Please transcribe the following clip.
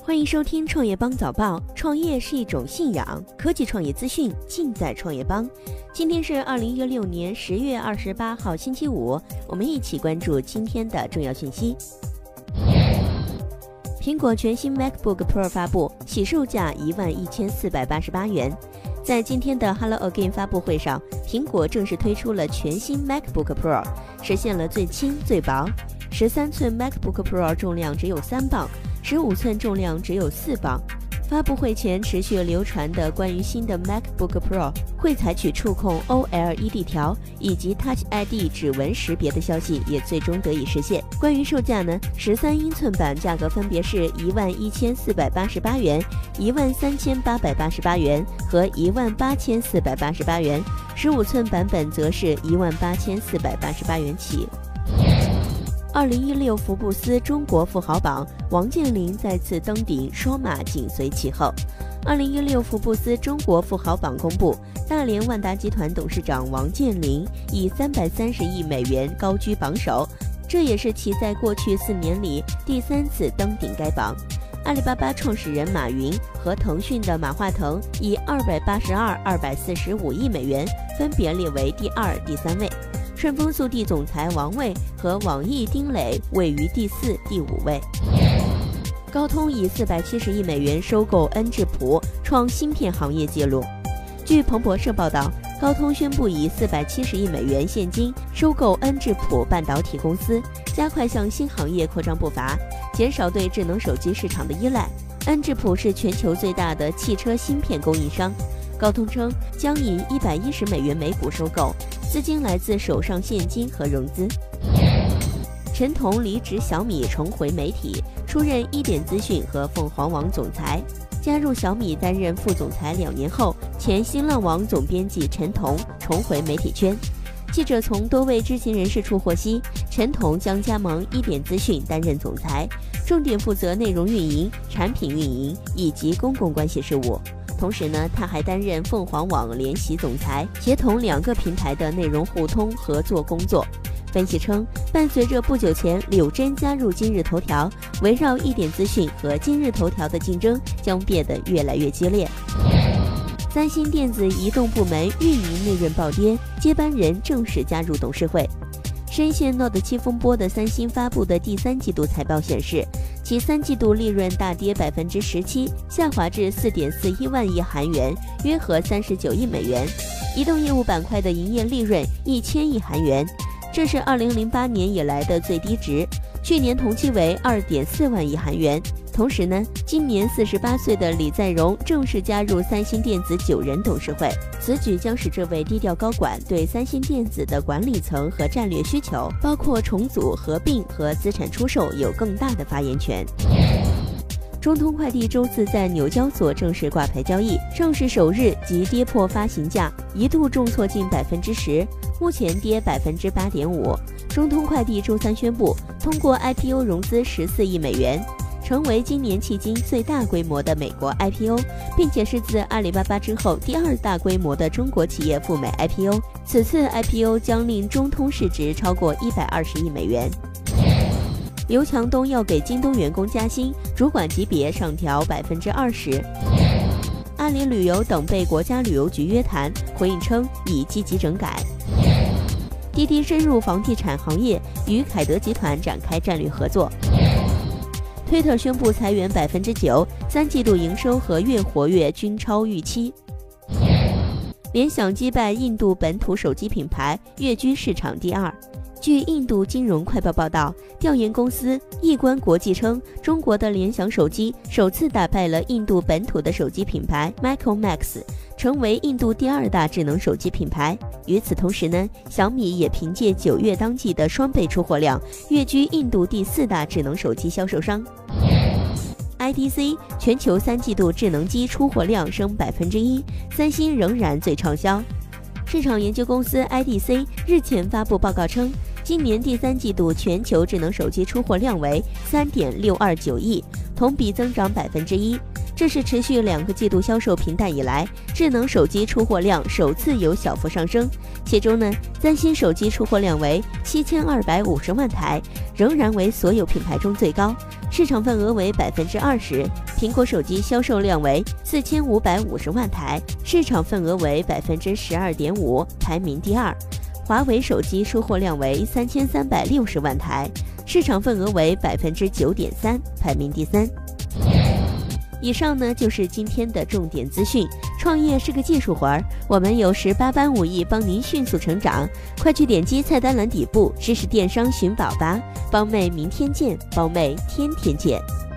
欢迎收听创业邦早报。创业是一种信仰，科技创业资讯尽在创业邦。今天是2016年10月28号星期五，我们一起关注今天的重要讯息。苹果全新 MacBook Pro 发布，起售价11488元。在今天的 Hello Again 发布会上，苹果正式推出了全新 MacBook Pro， 实现了最轻最薄。13寸 MacBook Pro 重量只有3磅，15寸重量只有4磅。发布会前持续流传的关于新的 MacBook Pro 会采取触控 OLED 条以及 Touch ID 指纹识别的消息也最终得以实现。关于售价呢，13英寸版价格分别是11488元、13888元和18488元，15寸版本则是18488元起。2016福布斯中国富豪榜，王健林再次登顶，双马紧随其后。2016福布斯中国富豪榜公布，大连万达集团董事长王健林以330亿美元高居榜首，这也是其在过去4年里第3次登顶该榜。阿里巴巴创始人马云和腾讯的马化腾以282、245亿美元分别列为第2、第3位。顺丰速递总裁王卫和网易丁磊位于第4、第5位。高通以470亿美元收购恩智浦，创芯片行业纪录。据彭博社报道，高通宣布以470亿美元现金收购恩智浦半导体公司，加快向新行业扩张步伐，减少对智能手机市场的依赖。恩智浦是全球最大的汽车芯片供应商。高通称将以110美元每股收购，资金来自手上现金和融资。陈彤离职小米，重回媒体，出任一点资讯和凤凰网总裁。加入小米担任副总裁2年后，前新浪网总编辑陈彤重回媒体圈。记者从多位知情人士处获悉，陈彤将加盟一点资讯担任总裁，重点负责内容运营、产品运营以及公共关系事务。同时呢，他还担任凤凰网联席总裁，协同2个平台的内容互通合作工作。分析称，伴随着不久前柳臻加入今日头条，围绕一点资讯和今日头条的竞争将变得越来越激烈。三星电子移动部门运营利润暴跌，接班人正式加入董事会。深陷 Note 7风波的三星发布的第3季度财报显示，其3季度利润大跌17%，下滑至4.41万亿韩元，约合39亿美元。移动业务板块的营业利润1000亿韩元，这是2008年以来的最低值，去年同期为2.4万亿韩元。同时呢，今年48岁的李在镕正式加入三星电子9人董事会，此举将使这位低调高管对三星电子的管理层和战略需求，包括重组、合并和资产出售，有更大的发言权。中通快递周4在纽交所正式挂牌交易，上市首日即跌破发行价，一度重挫近10%，目前跌8.5%。中通快递周3宣布，通过 IPO 融资14亿美元，成为今年迄今最大规模的美国 IPO， 并且是自阿里巴巴之后第2大规模的中国企业赴美 IPO。此次 IPO 将令中通市值超过120亿美元。刘强东要给京东员工加薪，主管级别上调20%。阿里旅游等被国家旅游局约谈，回应称已积极整改。滴滴深入房地产行业，与凯德集团展开战略合作。推特宣布裁员9%，3季度营收和月活跃均超预期。联想击败印度本土手机品牌，跃居市场第2。据印度金融快报报道，调研公司易观国际称，中国的联想手机首次打败了印度本土的手机品牌 Micromax， 成为印度第2大智能手机品牌。与此同时呢，小米也凭借9月当季的双倍出货量，跃居印度第4大智能手机销售商。IDC 全球3季度智能机出货量升1%，三星仍然最畅销。市场研究公司 IDC 日前发布报告称，今年第3季度全球智能手机出货量为3.629亿，同比增长1%。这是持续2个季度销售平淡以来，智能手机出货量首次有小幅上升。其中呢，三星手机出货量为7250万台，仍然为所有品牌中最高，市场份额为20%， 苹果手机销售量为4550万台，市场份额为12.5%，排名第二。华为手机出货量为3360万台，市场份额为9.3%，排名第三。以上呢就是今天的重点资讯。创业是个技术活儿，我们有18般武艺帮您迅速成长。快去点击菜单栏底部知识电商寻宝吧，帮妹明天见，帮妹天天见。